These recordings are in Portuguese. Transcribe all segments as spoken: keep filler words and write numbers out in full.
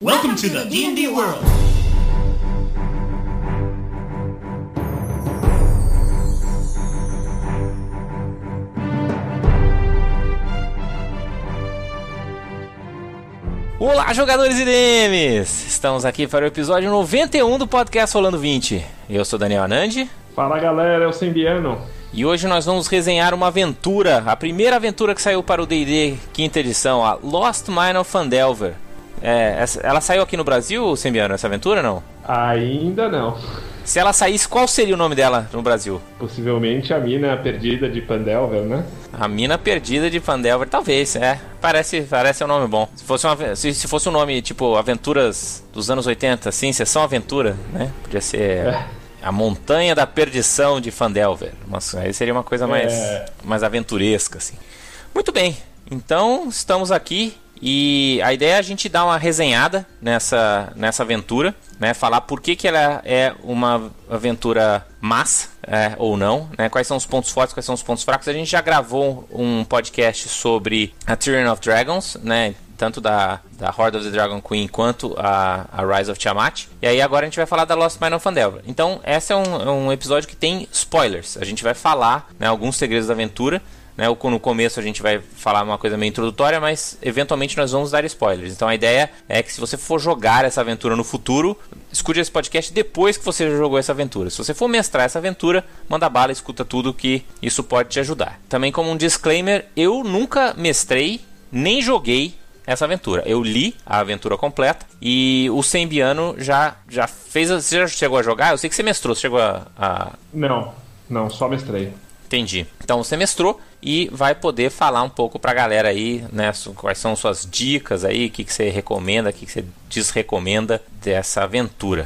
Welcome to the D and D world! Olá, jogadores e D Ms! Estamos aqui para o episódio noventa e um do podcast Rolando vinte. Eu sou Daniel Anandi. Fala galera, é o Sembiano. E hoje nós vamos resenhar uma aventura, a primeira aventura que saiu para o D e D quinta edição, a Lost Mine of Phandelver. É, essa, ela saiu aqui no Brasil, Sembiano, essa aventura, não? Ainda não. Se ela saísse, qual seria o nome dela no Brasil? Possivelmente a Mina Perdida de Phandelver, né? A Mina Perdida de Phandelver, talvez, é. Parece, parece um nome bom. Se fosse, uma, se, se fosse um nome tipo Aventuras dos anos oitenta, assim, Sessão Aventura, né? Podia ser... É. A Montanha da Perdição de Phandelver. Mas aí seria uma coisa mais, é. mais aventuresca, assim. Muito bem, então estamos aqui e a ideia é a gente dar uma resenhada nessa, nessa aventura, né? Falar por que, que ela é uma aventura massa, é, ou não, né? Quais são os pontos fortes, quais são os pontos fracos. A gente já gravou um podcast sobre a Tyrion of Dragons, né? Tanto da, da Horde of the Dragon Queen quanto a, a Rise of Tiamat. E aí agora a gente vai falar da Lost Mine of Phandelver. Então esse é um, um episódio que tem spoilers. A gente vai falar, né, alguns segredos da aventura, né? No começo a gente vai falar uma coisa meio introdutória, mas eventualmente nós vamos dar spoilers. Então a ideia é que se você for jogar essa aventura no futuro, escute esse podcast depois que você já jogou essa aventura. Se você for mestrar essa aventura, manda bala, escuta tudo, que isso pode te ajudar. Também como um disclaimer, eu nunca mestrei, nem joguei essa aventura. Eu li a aventura completa e o Sembiano já, já fez... Você já chegou a jogar? Eu sei que você mestrou, você chegou a... a... Não, não, só mestrei. Entendi. Então você mestrou e vai poder falar um pouco pra galera aí, né, quais são suas dicas aí, o que, que você recomenda, o que, que você desrecomenda dessa aventura.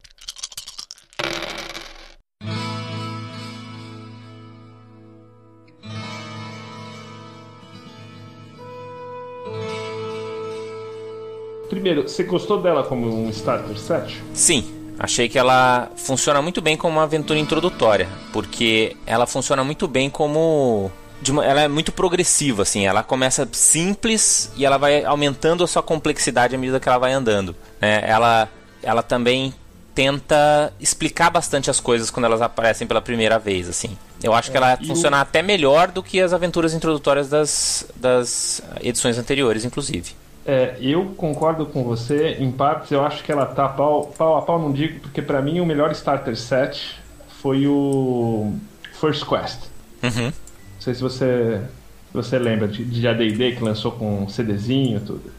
Primeiro, você gostou dela como um starter set? Sim. Achei que ela funciona muito bem como uma aventura introdutória, porque ela funciona muito bem como... De uma, ela é muito progressiva, assim. Ela começa simples e ela vai aumentando a sua complexidade à medida que ela vai andando, né? Ela, ela também tenta explicar bastante as coisas quando elas aparecem pela primeira vez, assim. Eu acho que ela é, funciona o... até melhor do que as aventuras introdutórias das, das edições anteriores, inclusive. É, eu concordo com você, em partes eu acho que ela tá pau, pau a pau, não digo, porque pra mim o melhor starter set foi o First Quest. Uhum. Não sei se você, se você lembra de, de A D e D, que lançou com um CDzinho e tudo.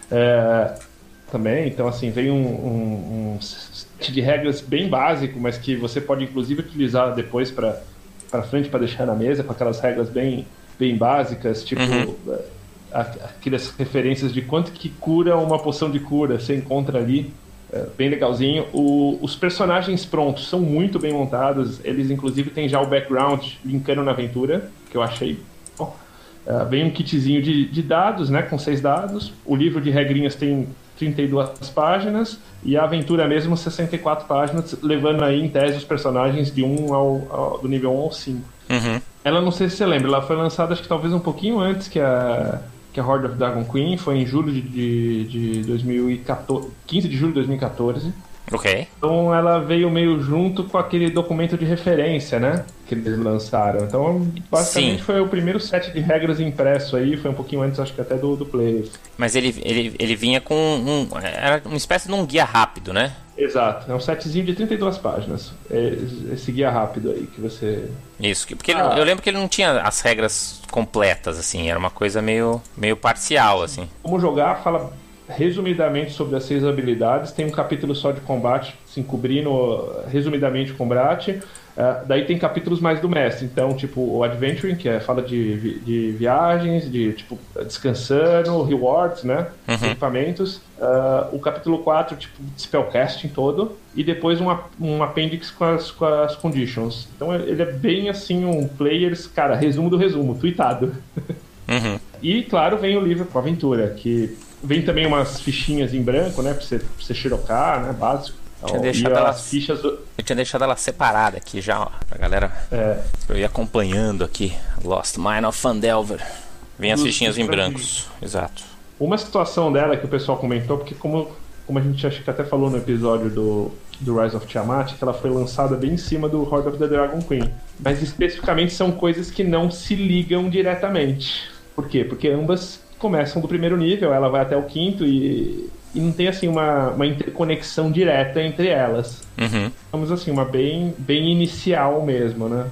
É, também, então assim, veio um, um, um set de regras bem básico, mas que você pode inclusive utilizar depois pra, pra frente, pra deixar na mesa, com aquelas regras bem, bem básicas, tipo... Uhum. Aquelas referências de quanto que cura uma poção de cura você encontra ali, é, bem legalzinho. O, os personagens prontos são muito bem montados, eles inclusive têm já o background linkando na aventura, que eu achei bom. É, vem um kitzinho de, de dados, né, com seis dados. O livro de regrinhas tem trinta e duas páginas e a aventura mesmo sessenta e quatro páginas, levando aí em tese os personagens de um ao, ao, do nível um ao cinco. Uhum. Ela, não sei se você lembra, ela foi lançada acho que talvez um pouquinho antes que a que a Horde of Dragon Queen, foi em julho de, de, de dois mil e quatorze, quinze de julho de dois mil e quatorze. Ok. Então ela veio meio junto com aquele documento de referência, né, que eles lançaram. Então basicamente Sim. foi o primeiro set de regras impresso aí, foi um pouquinho antes acho que até do, do Players. Mas ele, ele, ele vinha com um, era uma espécie de um guia rápido, né? Exato, é um setzinho de trinta e duas páginas, esse guia rápido aí que você... Isso, porque ah. ele, eu lembro que ele não tinha as regras completas, assim, era uma coisa meio, meio parcial, assim. Como jogar, fala resumidamente sobre as seis habilidades, tem um capítulo só de combate, assim, cobrindo resumidamente o combate. Uh, daí tem capítulos mais do mestre, então tipo o Adventuring, que é, fala de, de viagens, de tipo descansando, rewards, né, uhum. equipamentos. Uh, o capítulo quatro, tipo spellcasting todo, e depois uma, um appendix com as, com as conditions. Então ele é bem assim um players, cara, resumo do resumo, tweetado. Uhum. E claro, vem o livro com a aventura, que vem também umas fichinhas em branco, né, pra você, pra você xerocar, né, básico. Eu tinha, deixado ela, fichas do... eu tinha deixado ela separada aqui já, ó, pra galera. É. Eu ia acompanhando aqui. Lost Mine of Phandelver. Vem as fichinhas em brancos. Exato. Uma situação dela que o pessoal comentou, porque como como a gente acho que até falou no episódio do, do Rise of Tiamat, que ela foi lançada bem em cima do Horde of the Dragon Queen. Mas especificamente são coisas que não se ligam diretamente. Por quê? Porque ambas começam do primeiro nível, ela vai até o quinto e, e não tem assim uma, uma interconexão direta entre elas. Uhum. Vamos assim, uma bem, bem inicial mesmo, né?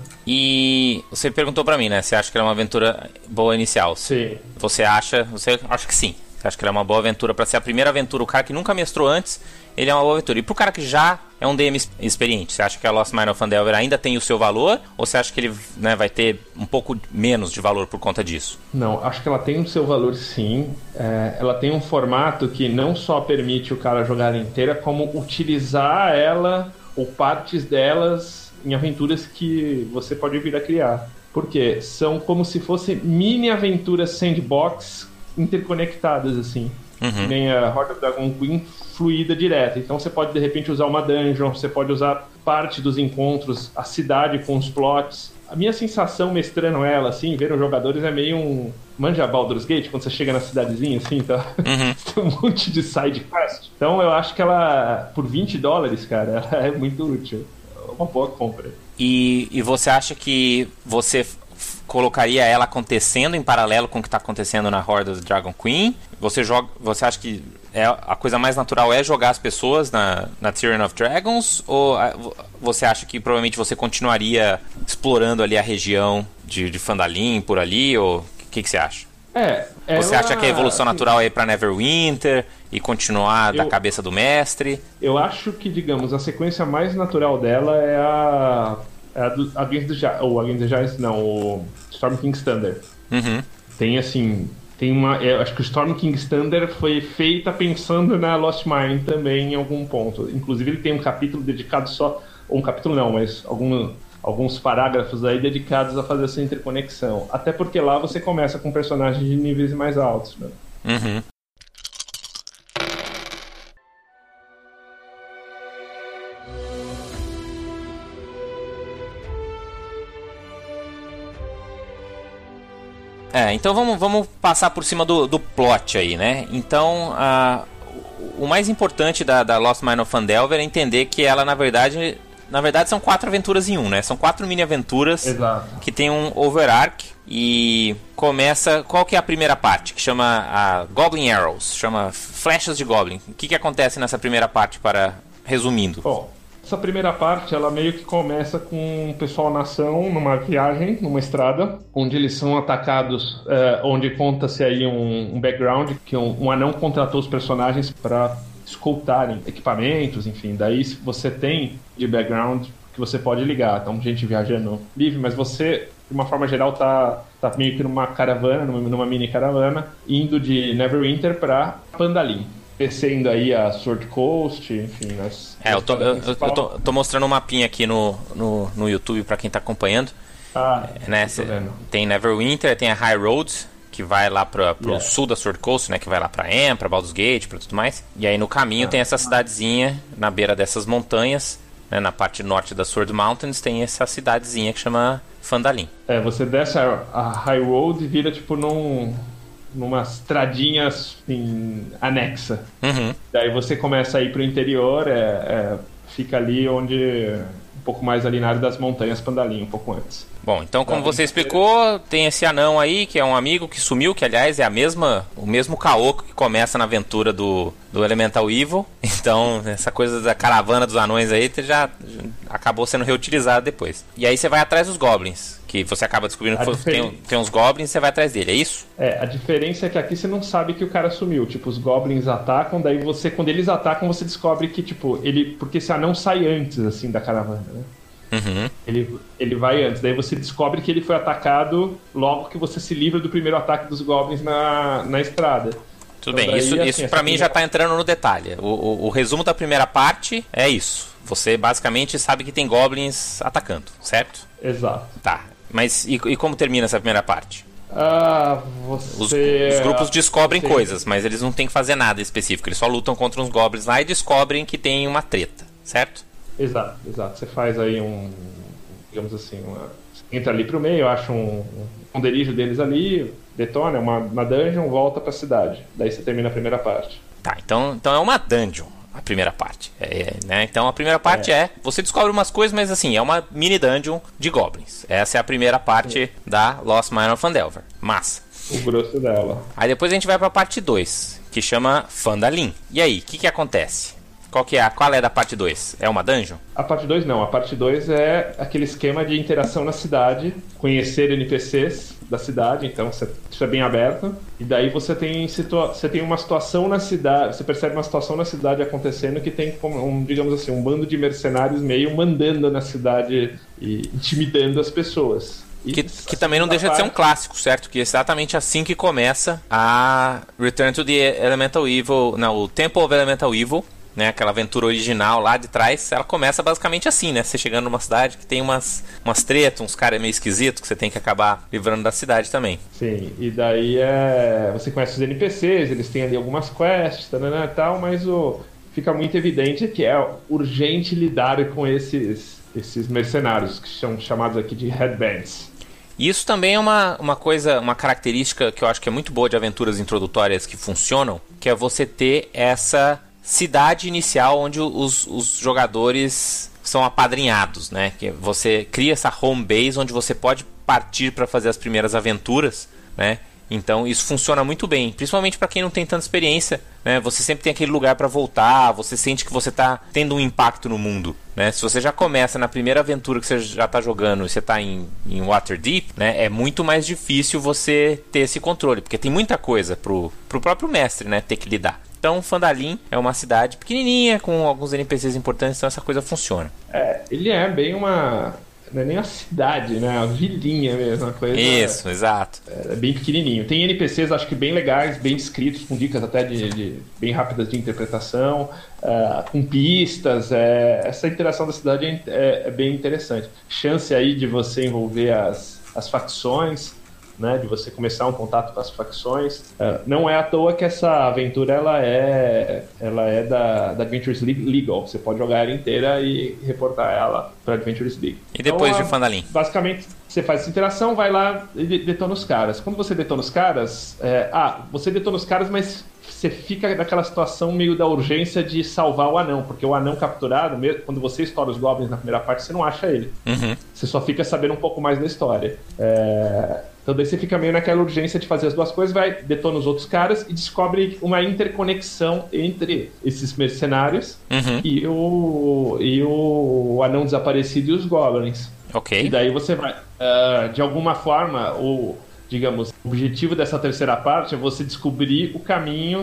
E você perguntou pra mim, né? Você acha que ela é uma aventura boa inicial? Sim. Você acha? Você acha que sim. Você acha que ela é uma boa aventura pra ser a primeira aventura? O cara que nunca mestrou antes, ele é uma boa aventura. E pro cara que já é um D M experiente, você acha que a Lost Mine of Phandelver ainda tem o seu valor? Ou você acha que ele, né, vai ter um pouco menos de valor por conta disso? Não, acho que ela tem o seu valor sim. É, ela tem um formato que não só permite o cara jogar ela inteira, como utilizar ela ou partes delas em aventuras que você pode vir a criar. Porque são como se fossem mini aventuras sandbox interconectadas, assim. Uhum. Nem a Horde of Dragon Queen fluida direta. Então você pode, de repente, usar uma dungeon, você pode usar parte dos encontros, a cidade com os plots. A minha sensação mestrando ela, assim, ver os jogadores é meio um... Manja Baldur's Gate, quando você chega na cidadezinha, assim, tá? Uhum. Tem um monte de side quest. Então eu acho que ela, por vinte dólares, cara, ela é muito útil. É uma boa compra. E, e você acha que você colocaria ela acontecendo em paralelo com o que está acontecendo na Horde of the Dragon Queen? Você, joga, você acha que é, a coisa mais natural é jogar as pessoas na, na Tyrion of Dragons? Ou a, você acha que provavelmente você continuaria explorando ali a região de, de Phandalin por ali? Ou o que, que você acha? É, ela... Você acha que a evolução natural é ir para Neverwinter e continuar eu, da cabeça do mestre? Eu acho que, digamos, a sequência mais natural dela é a... É a do Against the Giants, ou Against the Giants, não, o Storm King's Thunder. Uhum. Tem, assim, tem uma... Eu acho que o Storm King's Thunder foi feita pensando na Lost Mine também em algum ponto. Inclusive ele tem um capítulo dedicado só... Ou um capítulo não, mas algum, alguns parágrafos aí dedicados a fazer essa interconexão. Até porque lá você começa com personagens de níveis mais altos, né? Uhum. É, então vamos, vamos passar por cima do, do plot aí, né? Então, a, o mais importante da, da Lost Mine of Phandelver é entender que ela, na verdade, na verdade são quatro aventuras em um, né? São quatro mini-aventuras. Exato. Que tem um overarch e começa... Qual que é a primeira parte? Que chama a Goblin Arrows, chama Flechas de Goblin. O que, que acontece nessa primeira parte, para resumindo? Bom, essa primeira parte, ela meio que começa com o pessoal na ação, numa viagem, numa estrada, onde eles são atacados, é, onde conta-se aí um, um background, que um, um anão contratou os personagens para escoltarem equipamentos, enfim. Daí você tem de background que você pode ligar. Então, gente viajando livre, mas você, de uma forma geral, tá, tá meio que numa caravana, numa, numa mini caravana, indo de Neverwinter para Phandalin. Descendo aí a Sword Coast, enfim, nas... É, eu tô, eu, eu tô, tô mostrando um mapinha aqui no, no, no YouTube pra quem tá acompanhando. Ah, é, né? Tem Neverwinter, tem a High Road, que vai lá pra, pro yeah. sul da Sword Coast, né? Que vai lá pra Em, pra Baldur's Gate, pra tudo mais. E aí no caminho ah. tem essa cidadezinha, na beira dessas montanhas, né, na parte norte da Sword Mountains, tem essa cidadezinha que chama Phandalin. É, você desce a, a High Road e vira tipo num... numa estradinha assim, anexa. Uhum. Daí você começa a ir pro interior, é, é, fica ali onde... um pouco mais ali na área das montanhas Phandalin, um pouco antes. Bom, então como você explicou, tem esse anão aí, que é um amigo que sumiu, que aliás é a mesma, o mesmo Kaoko que começa na aventura do, do Elemental Evil. Então, essa coisa da caravana dos anões aí já, já acabou sendo reutilizada depois. E aí você vai atrás dos goblins, que você acaba descobrindo que tem, tem uns goblins e você vai atrás dele, é isso? É, a diferença é que aqui você não sabe que o cara sumiu. Tipo, os goblins atacam, daí você, quando eles atacam, você descobre que, tipo, ele... Porque esse anão sai antes, assim, da caravana, né? Uhum. Ele, ele vai antes, daí você descobre que ele foi atacado logo que você se livra do primeiro ataque dos goblins na, na estrada. Tudo então, bem, daí, isso, assim, isso pra mim primeira... já tá entrando no detalhe. O, o, o resumo da primeira parte é isso. Você basicamente sabe que tem goblins atacando, certo? Exato. Tá, mas e, e como termina essa primeira parte? Ah, você... Os, os grupos descobrem Sim. coisas, mas eles não têm que fazer nada específico. Eles só lutam contra uns goblins lá e descobrem que tem uma treta, certo? Exato, exato. Você faz aí um, digamos assim, uma... entra ali pro meio, acha um, um esconderijo deles ali, detona uma, uma dungeon, volta pra cidade. Daí você termina a primeira parte. Tá, então, então é uma dungeon. A primeira parte, é, né? Então a primeira parte é. é você descobre umas coisas, mas assim, é uma mini dungeon de goblins. Essa é a primeira parte é. da Lost Mine of Phandelver. Massa. O grosso dela. Aí depois a gente vai pra parte dois, que chama Phandalin. E aí, o que que acontece? Qual que é a, qual é da parte dois? É uma dungeon? A parte dois não, a parte dois é aquele esquema de interação na cidade, conhecer N P Cs da cidade, então isso é bem aberto. E daí você tem, situa- você tem uma situação na cidade, você percebe uma situação na cidade acontecendo que tem, um, digamos assim, um bando de mercenários meio mandando na cidade e intimidando as pessoas. Que, que também não deixa parte... de ser um clássico, certo? Que é exatamente assim que começa a Return to the Elemental Evil, não, o Temple of Elemental Evil, né, aquela aventura original lá de trás, ela começa basicamente assim, né? Você chegando numa cidade que tem umas, umas tretas, uns caras meio esquisitos que você tem que acabar livrando da cidade também. Sim, e daí é... você conhece os N P Cs, eles têm ali algumas quests, tanana, e tal, mas o... fica muito evidente que é urgente lidar com esses, esses mercenários, que são chamados aqui de headbands. E isso também é uma, uma coisa, uma característica que eu acho que é muito boa de aventuras introdutórias que funcionam, que é você ter essa cidade inicial onde os, os jogadores são apadrinhados, né? Que você cria essa home base onde você pode partir para fazer as primeiras aventuras, né? Então isso funciona muito bem, principalmente para quem não tem tanta experiência, né? Você sempre tem aquele lugar para voltar, você sente que você está tendo um impacto no mundo, né? Se você já começa na primeira aventura que você já está jogando e você está em, em Waterdeep, né? É muito mais difícil você ter esse controle, porque tem muita coisa pro, pro próprio mestre, né? Ter que lidar. Então, Phandalin é uma cidade pequenininha, com alguns N P Cs importantes, então essa coisa funciona. É, ele é bem uma... não é nem uma cidade, né? É uma vilinha mesmo, uma coisa... Isso, exato. É, é bem pequenininho. Tem N P Cs, acho que bem legais, bem descritos, com dicas até de, de bem rápidas de interpretação, uh, com pistas. É, essa interação da cidade é, é, é bem interessante. Chance aí de você envolver as, as facções, né, de você começar um contato com as facções. Uh, não é à toa que essa aventura ela é, ela é da, da Adventures League Legal. Você pode jogar ela inteira e reportar ela para Adventures League. E depois então, de Phandalin? Basicamente, você faz essa interação, vai lá e detona os caras. Quando você detona os caras... É, ah, você detona os caras, mas você fica naquela situação meio da urgência de salvar o anão, porque o anão capturado, mesmo, quando você estoura os goblins na primeira parte, você não acha ele. Uhum. Você só fica sabendo um pouco mais da história. É... Então daí você fica meio naquela urgência de fazer as duas coisas, vai, detona os outros caras e descobre uma interconexão entre esses mercenários uhum. e, o, e o anão desaparecido e os goblins. Ok. E daí você vai, uh, de alguma forma, o, digamos, o objetivo dessa terceira parte é você descobrir o caminho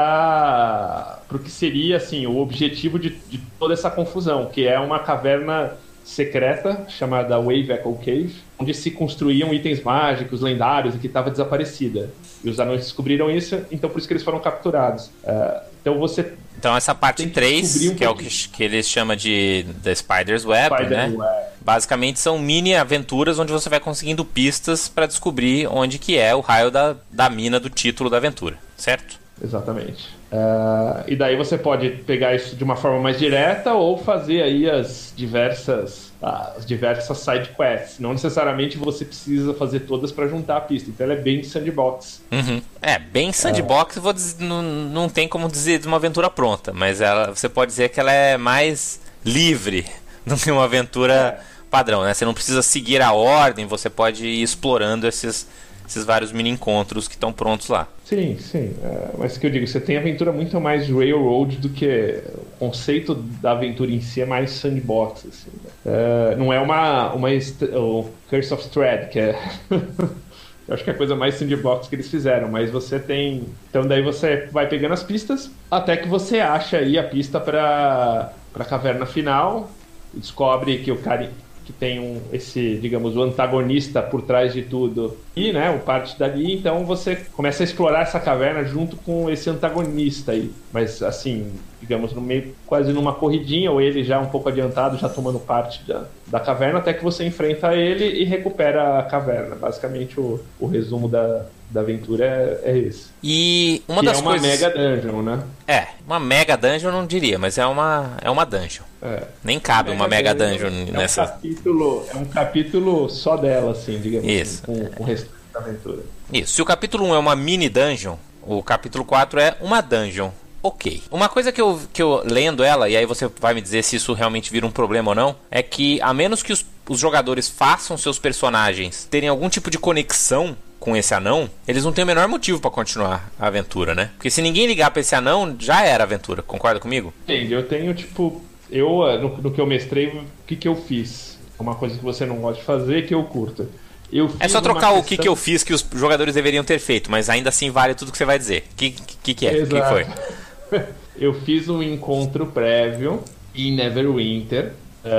para o que seria, assim, o objetivo de, de toda essa confusão, que é uma caverna secreta chamada Wave Echo Cave, onde se construíam itens mágicos, lendários e que estava desaparecida. E os anões descobriram isso, então por isso que eles foram capturados. Uh, então você... Então essa parte três, um que é o que, que eles chamam de The Spider's Web, Spider né? Web. Basicamente são mini aventuras onde você vai conseguindo pistas para descobrir onde que é o raio da, da mina do título da aventura, certo? Exatamente. Uh, e daí você pode pegar isso de uma forma mais direta ou fazer aí as diversas, as diversas side quests. Não necessariamente você precisa fazer todas para juntar a pista. Então ela é bem sandbox. Uhum. É, bem sandbox, uh, vou dizer, não, não tem como dizer de uma aventura pronta, mas ela, você pode dizer que ela é mais livre do que uma aventura é. padrão, né? Você não precisa seguir a ordem, você pode ir explorando esses... esses vários mini encontros que estão prontos lá. Sim, sim. É, mas que eu digo, você tem aventura muito mais railroad do que o conceito da aventura em si é mais sandbox. Assim, né? é, não é uma, uma o Curse of Strahd, que é eu acho que é a coisa mais sandbox que eles fizeram, mas você tem... Então daí você vai pegando as pistas até que você acha aí a pista para a caverna final e descobre que o cara... que tem um, esse, digamos, o antagonista por trás de tudo e, né, o parte dali, então você começa a explorar essa caverna junto com esse antagonista aí, mas assim, digamos, no meio, quase numa corridinha, ou ele já um pouco adiantado, já tomando parte da, da caverna, até que você enfrenta ele e recupera a caverna. Basicamente o, o resumo da, da aventura é, é esse. E uma que das é uma coisas... mega dungeon, né? É, uma mega dungeon eu não diria, mas é uma, é uma dungeon. É. Nem cabe mega uma mega dungeon, dungeon nessa... É um, capítulo, é um capítulo só dela, assim, digamos Isso. assim, com o resto da aventura. Isso. Se o capítulo um é uma mini dungeon, o capítulo quatro é uma dungeon ok. Uma coisa que eu, que eu lendo ela, e aí você vai me dizer se isso realmente vira um problema ou não, é que a menos que os, os jogadores façam seus personagens terem algum tipo de conexão com esse anão, eles não têm o menor motivo pra continuar a aventura, né? Porque se ninguém ligar pra esse anão, já era a aventura. Concorda comigo? Entendi. Eu tenho, tipo... Eu, no, no que eu mestrei, o que que eu fiz? Uma coisa que você não gosta de fazer, que eu curto. Eu é só trocar o questão... que que eu fiz que os jogadores deveriam ter feito, mas ainda assim vale tudo que você vai dizer. O que, que que é? O que foi? Eu fiz um encontro prévio em Neverwinter.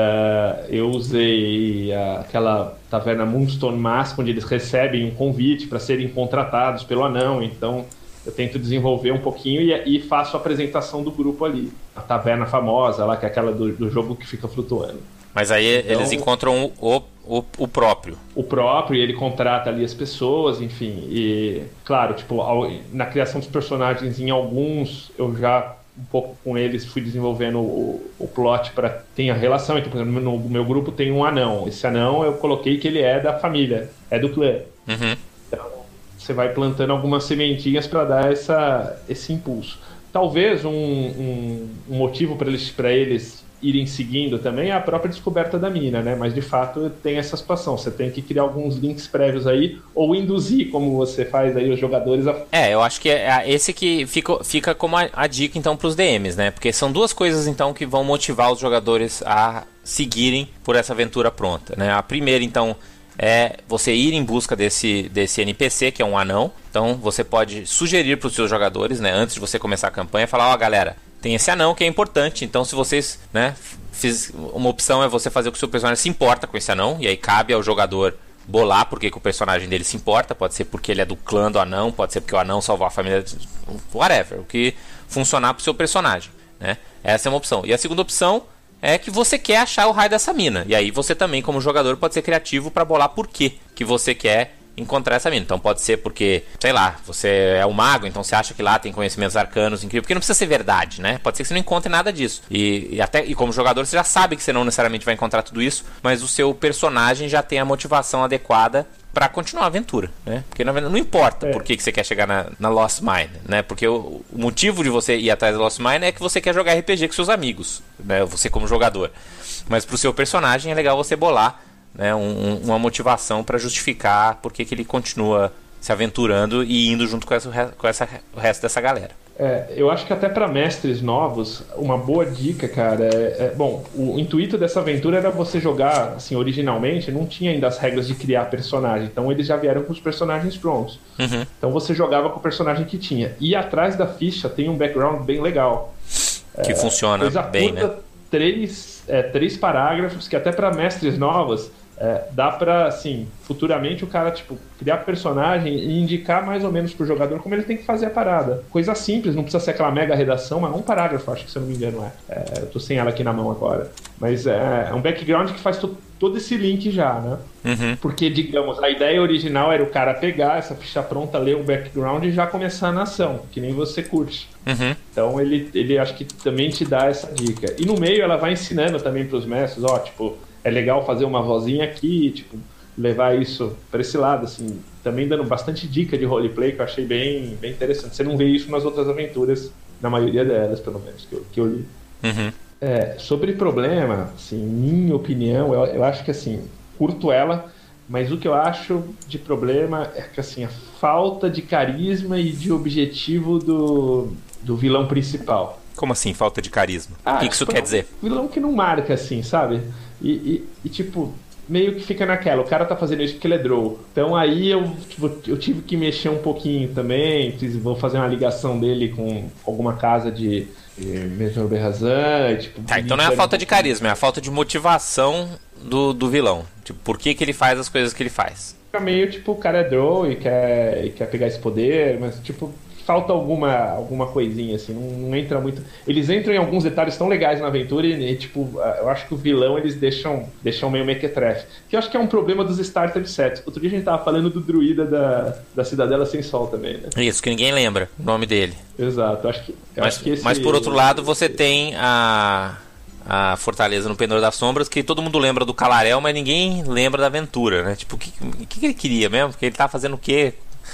Uh, eu usei uh, aquela taverna Moonstone Mask, onde eles recebem um convite para serem contratados pelo anão. Então eu tento desenvolver um pouquinho e, e faço a apresentação do grupo ali. A taverna famosa lá, que é aquela do, do jogo que fica flutuando. Mas aí então, eles encontram o, o, o próprio. O próprio, e ele contrata ali as pessoas, enfim. E, claro, tipo, ao, na criação dos personagens, em alguns, eu já, um pouco com eles, fui desenvolvendo o, o plot para ter a relação. Então, por exemplo, no meu grupo tem um anão. Esse anão eu coloquei que ele é da família, é do clã. Uhum. Então, você vai plantando algumas sementinhas para dar essa, esse impulso. Talvez um, um, um motivo para eles, para eles irem seguindo também é a própria descoberta da mina, né? Mas de fato tem essa situação. Você tem que criar alguns links prévios aí, ou induzir, como você faz aí os jogadores a... É, eu acho que é esse que fica, fica como a, a dica então pros D Ms, né? Porque são duas coisas então que vão motivar os jogadores a seguirem por essa aventura pronta, né? A primeira então é você ir em busca desse, desse N P C, que é um anão. Então você pode sugerir para os seus jogadores, né, antes de você começar a campanha, falar, ó, galera, tem esse anão que é importante, então se vocês, né, fiz, uma opção é você fazer com que o seu personagem se importa com esse anão, e aí cabe ao jogador bolar porque que o personagem dele se importa, pode ser porque ele é do clã do anão, pode ser porque o anão salvou a família, whatever, o que funcionar pro seu personagem, né? Essa é uma opção. E a segunda opção é que você quer achar o raio dessa mina, e aí você também, como jogador, pode ser criativo para bolar por que que você quer encontrar essa mina. Então pode ser porque, sei lá, você é um mago, então você acha que lá tem conhecimentos arcanos incríveis, porque não precisa ser verdade, né? Pode ser que você não encontre nada disso. E, e até e como jogador você já sabe que você não necessariamente vai encontrar tudo isso, mas o seu personagem já tem a motivação adequada para continuar a aventura, né? Porque na verdade não importa é. por que, que você quer chegar na, na Lost Mine, né? Porque o, o motivo de você ir atrás da Lost Mine é que você quer jogar R P G com seus amigos, né? Você como jogador. Mas pro seu personagem é legal você bolar, né, um, uma motivação para justificar por que ele continua se aventurando e indo junto com, essa, com essa, o resto dessa galera. É, eu acho que até para mestres novos, uma boa dica, cara, é, é, bom, o intuito dessa aventura era você jogar, assim, originalmente, não tinha ainda as regras de criar personagem, então eles já vieram com os personagens prontos. Uhum. Então você jogava com o personagem que tinha. E atrás da ficha tem um background bem legal. Que é, funciona bem, curta, né? Três, é, três parágrafos que até para mestres novos É, dá pra, assim, futuramente o cara, tipo, criar personagem e indicar mais ou menos pro jogador como ele tem que fazer a parada. Coisa simples, não precisa ser aquela mega redação, mas um parágrafo, acho que se eu não me engano é. é eu tô sem ela aqui na mão agora. Mas é, é um background que faz to, todo esse link já, né? Uhum. Porque, digamos, a ideia original era o cara pegar essa ficha pronta, ler o background e já começar a nação, que nem você curte. Uhum. Então ele, ele acho que também te dá essa dica. E no meio ela vai ensinando também pros mestres, ó, tipo... É legal fazer uma vozinha aqui, tipo, levar isso para esse lado, assim, também dando bastante dica de roleplay que eu achei bem, bem interessante. Você não vê isso nas outras aventuras, na maioria delas, pelo menos, que eu, que eu li. Uhum. É, sobre problema, assim, minha opinião, eu, eu acho que, assim, curto ela, mas o que eu acho de problema é que, assim, a falta de carisma e de objetivo do, do vilão principal. Como assim, falta de carisma? Ah, o que, que isso tipo, quer dizer? Um vilão que não marca, assim, sabe? E, e, e, tipo, meio que fica naquela, o cara tá fazendo isso porque ele é draw. Então aí eu, tipo, eu tive que mexer um pouquinho também, vou fazer uma ligação dele com alguma casa de Major Berrazan, tipo... Tá, então não é a falta de carisma, é a falta de motivação do, do vilão. Tipo, por que que ele faz as coisas que ele faz? Fica meio, tipo, o cara é draw e quer, e quer pegar esse poder, mas, tipo... Falta alguma, alguma coisinha, assim, não, não entra muito... Eles entram em alguns detalhes tão legais na aventura e, e, tipo, eu acho que o vilão eles deixam, deixam meio mequetrefe. Que eu acho que é um problema dos starter sets. Outro dia a gente tava falando do druida da, da Cidadela Sem Sol também, né? Isso, que ninguém lembra o nome dele. Exato, acho que... Eu mas, acho que esse... mas por outro lado, você tem a... a Fortaleza no Penhor das Sombras, que todo mundo lembra do Calarel, mas ninguém lembra da aventura, né? Tipo, o que, que, que ele queria mesmo? Porque ele tava fazendo o quê?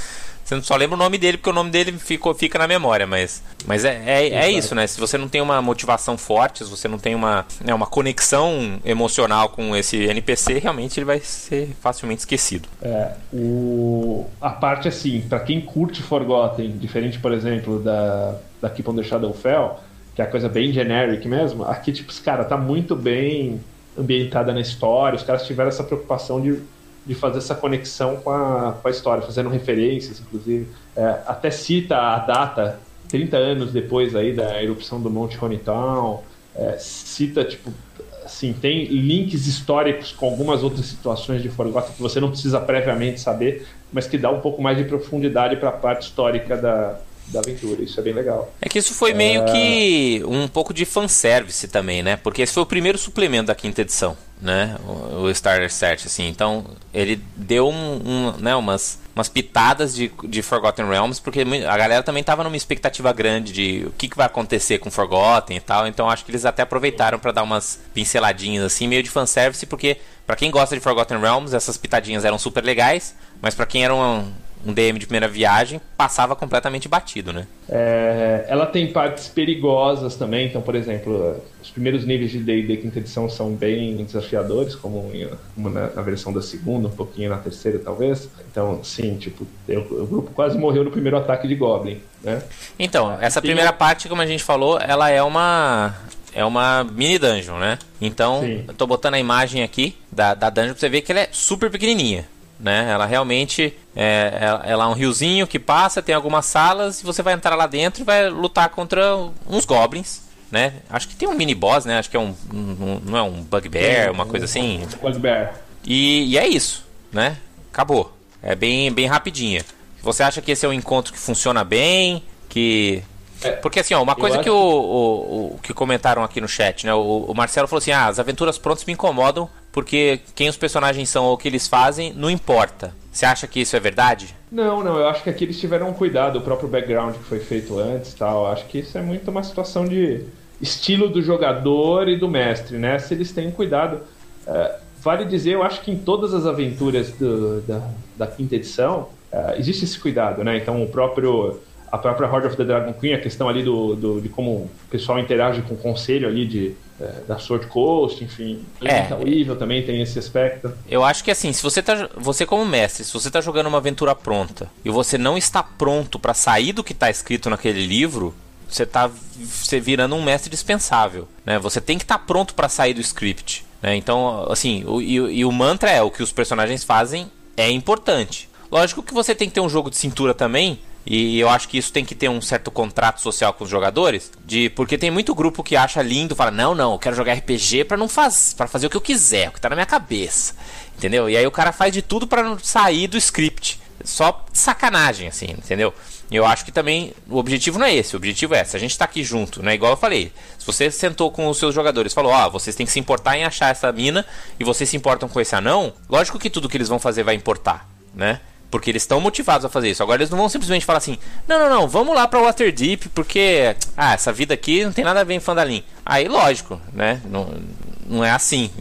Você não só lembra o nome dele, porque o nome dele ficou, fica na memória, mas, mas é, é, é isso, né? Se você não tem uma motivação forte, se você não tem uma, né, uma conexão emocional com esse N P C, realmente ele vai ser facilmente esquecido. É, o... a parte assim, pra quem curte Forgotten, diferente, por exemplo, da, da Keep on the Shadowfell, que é a coisa bem generic mesmo, aqui, tipo, cara, tá muito bem ambientada na história, os caras tiveram essa preocupação de, de fazer essa conexão com a, com a história, fazendo referências, inclusive. É, até cita a data, trinta anos depois aí da erupção do Monte Honeytown, é, cita, tipo, assim, tem links históricos com algumas outras situações de Forgotten que você não precisa previamente saber, mas que dá um pouco mais de profundidade para a parte histórica da, da aventura. Isso é bem legal. É que isso foi meio é... que um pouco de fanservice também, né? Porque esse foi o primeiro suplemento da quinta edição, né? O, o Starter Set, assim. Então, ele deu um, um, né, umas, umas pitadas de, de Forgotten Realms, porque a galera também tava numa expectativa grande de o que, que vai acontecer com Forgotten e tal. Então, acho que eles até aproveitaram para dar umas pinceladinhas, assim, meio de fanservice, porque para quem gosta de Forgotten Realms, essas pitadinhas eram super legais, mas para quem era um... um D M de primeira viagem, passava completamente batido, né? É, ela tem partes perigosas também, então, por exemplo, os primeiros níveis de D e D quinta edição são bem desafiadores, como, em, como na, na versão da segunda, um pouquinho na terceira, talvez. Então, sim, tipo, eu, o grupo quase morreu no primeiro ataque de Goblin, né? Então, essa tem... primeira parte, como a gente falou, ela é uma... é uma mini dungeon, né? Então, sim. Eu tô botando a imagem aqui da, da dungeon pra você ver que ela é super pequenininha. Né? Ela realmente é, ela, ela é um riozinho que passa, tem algumas salas e você vai entrar lá dentro e vai lutar contra uns goblins, né? Acho que tem um mini boss, né? Acho que é um, um não é um bugbear, é, uma coisa assim. Bugbear. E, e é isso, né? Acabou. É bem, bem rapidinha. Você acha que esse é um encontro que funciona bem, que é, porque assim, ó, uma coisa que, o, o, o que comentaram aqui no chat, né? O, o Marcelo falou assim: ah, as aventuras prontas me incomodam porque quem os personagens são ou o que eles fazem não importa. Você acha que isso é verdade? Não, não, eu acho que aqui eles tiveram um cuidado, o próprio background que foi feito antes e tal. Eu acho que isso é muito uma situação de estilo do jogador e do mestre, né? Se eles têm cuidado. É, vale dizer, eu acho que em todas as aventuras do, da, da quinta edição é, existe esse cuidado, né? Então o próprio... a própria Horde of the Dragon Queen, a questão ali do, do, de como o pessoal interage com o conselho ali de, é, da Sword Coast, enfim. É. O Evil também tem esse aspecto. Eu acho que assim, se você tá, você como mestre, se você tá jogando uma aventura pronta e você não está pronto para sair do que tá escrito naquele livro, você tá você virando um mestre dispensável, né? Você tem que estar tá pronto para sair do script, né? Então, assim, o, e, e o mantra é o que os personagens fazem é importante. Lógico que você tem que ter um jogo de cintura também. E eu acho que isso tem que ter um certo contrato social com os jogadores, de porque tem muito grupo que acha lindo, fala, não, não, eu quero jogar R P G pra não faz, para fazer o que eu quiser, o que tá na minha cabeça, entendeu? E aí o cara faz de tudo pra não sair do script, só sacanagem, assim, entendeu? E eu acho que também o objetivo não é esse, o objetivo é, se a gente tá aqui junto, né, igual eu falei, se você sentou com os seus jogadores, falou, ó, oh, vocês têm que se importar em achar essa mina, e vocês se importam com esse anão, lógico que tudo que eles vão fazer vai importar, né? Porque eles estão motivados a fazer isso. Agora eles não vão simplesmente falar assim, não, não, não, vamos lá pra Waterdeep, porque ah, essa vida aqui não tem nada a ver em Phandelin. Aí, lógico, né? Não, não é assim.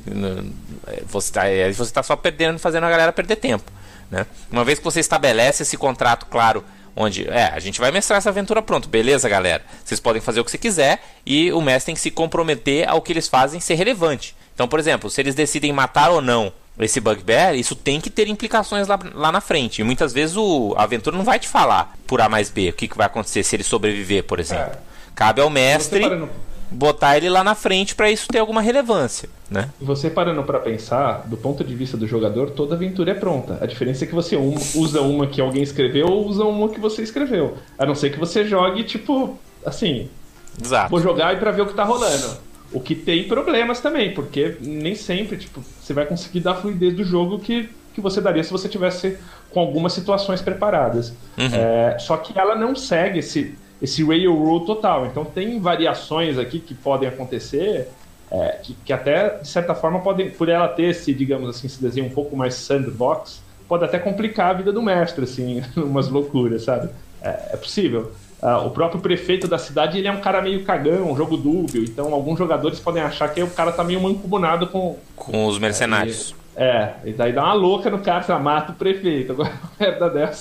Você tá, você tá só perdendo, fazendo a galera perder tempo, né? Uma vez que você estabelece esse contrato claro, onde, é, a gente vai mestrar essa aventura pronto, beleza, galera? Vocês podem fazer o que você quiser e o mestre tem que se comprometer ao que eles fazem ser relevante. Então, por exemplo, se eles decidem matar ou não esse bugbear, isso tem que ter implicações lá, lá na frente. E muitas vezes o, a aventura não vai te falar por A mais B o que, que vai acontecer se ele sobreviver, por exemplo. É. Cabe ao mestre parando... botar ele lá na frente para isso ter alguma relevância, né? Você parando para pensar, do ponto de vista do jogador, toda aventura é pronta. A diferença é que você um, usa uma que alguém escreveu ou usa uma que você escreveu. A não ser que você jogue, tipo, assim... Exato. Vou jogar e para ver o que tá rolando. O que tem problemas também, porque nem sempre, tipo, você vai conseguir dar a fluidez do jogo que, que você daria se você tivesse com algumas situações preparadas. Uhum. É, só que ela não segue esse, esse railroad total. Então tem variações aqui que podem acontecer, é, que, que até, de certa forma, podem, por ela ter esse, digamos assim, esse desenho um pouco mais sandbox, pode até complicar a vida do mestre, assim, umas loucuras, sabe? É, é possível. Uh, o próprio prefeito da cidade, ele é um cara meio cagão, um jogo dúbio, então alguns jogadores podem achar que o cara tá meio mancomunado com... Com os mercenários. É, e daí dá uma louca no cara, você mata o prefeito. Agora, uma merda dessa,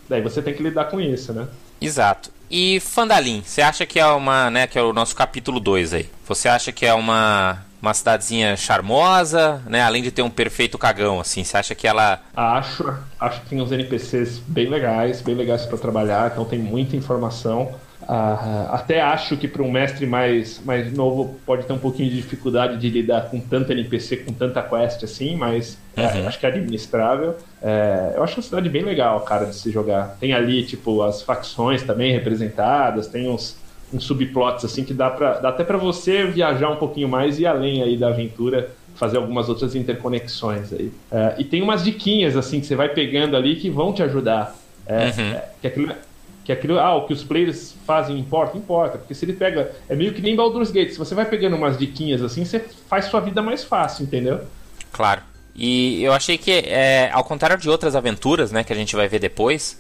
Daí você tem que lidar com isso, né? Exato. E Phandalin, você acha que é uma, né, que é o nosso capítulo dois aí? Você acha que é uma, uma cidadezinha charmosa, né, além de ter um perfeito cagão, assim, você acha que ela... Acho, acho que tem uns N P Cs bem legais, bem legais para trabalhar, então tem muita informação. Ah, até acho que para um mestre mais, mais novo pode ter um pouquinho de dificuldade de lidar com tanto N P C, com tanta quest assim, mas uhum. é, acho que é administrável. É, eu acho uma cidade bem legal, cara, de se jogar. Tem ali, tipo, as facções também representadas, tem uns, uns subplots assim que dá, pra, dá até para você viajar um pouquinho mais e ir além aí da aventura, fazer algumas outras interconexões aí. É, e tem umas diquinhas assim que você vai pegando ali que vão te ajudar. É, uhum. é, que aquilo... Que aquilo, ah, o que os players fazem importa? Importa, porque se ele pega... É meio que nem Baldur's Gate, se você vai pegando umas diquinhas assim, você faz sua vida mais fácil, entendeu? Claro. E eu achei que, é, ao contrário de outras aventuras, né, que a gente vai ver depois,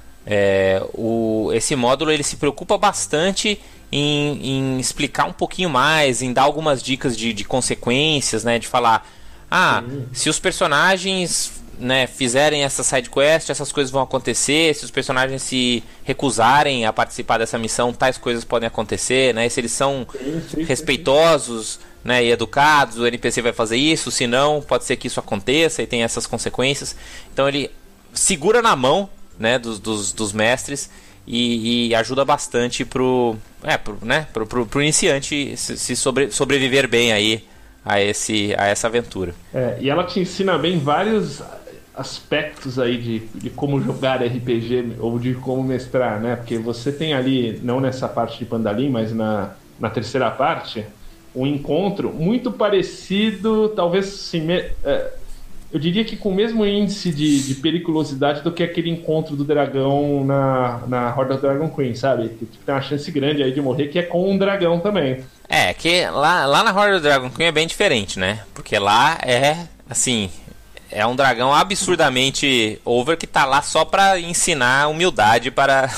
é, o, esse módulo ele se preocupa bastante em, em explicar um pouquinho mais, em dar algumas dicas de, de consequências, né, de falar, ah, Sim. se os personagens... né, fizerem essa side quest, essas coisas vão acontecer. Se os personagens se recusarem a participar dessa missão, tais coisas podem acontecer, né? Se eles são sim, sim, respeitosos, sim. né, e educados, o N P C vai fazer isso. Se não, pode ser que isso aconteça e tem essas consequências. Então ele segura na mão, né, dos, dos, dos mestres e, e ajuda bastante pro, é, pro, né, pro, pro, pro iniciante se, se sobre, sobreviver bem aí a, esse, a essa aventura. É, e ela te ensina bem vários aspectos aí de, de como jogar R P G ou de como mestrar, né? Porque você tem ali, não nessa parte de Phandalin, mas na, na terceira parte, um encontro muito parecido, talvez assim, me, é, eu diria que com o mesmo índice de, de periculosidade do que aquele encontro do dragão na, na Horde of Dragon Queen, sabe? Que tem uma chance grande aí de morrer, que é com um dragão também. É, que lá, lá na Horde of Dragon Queen é bem diferente, né? Porque lá é, assim... É um dragão absurdamente over que tá lá só para ensinar humildade para,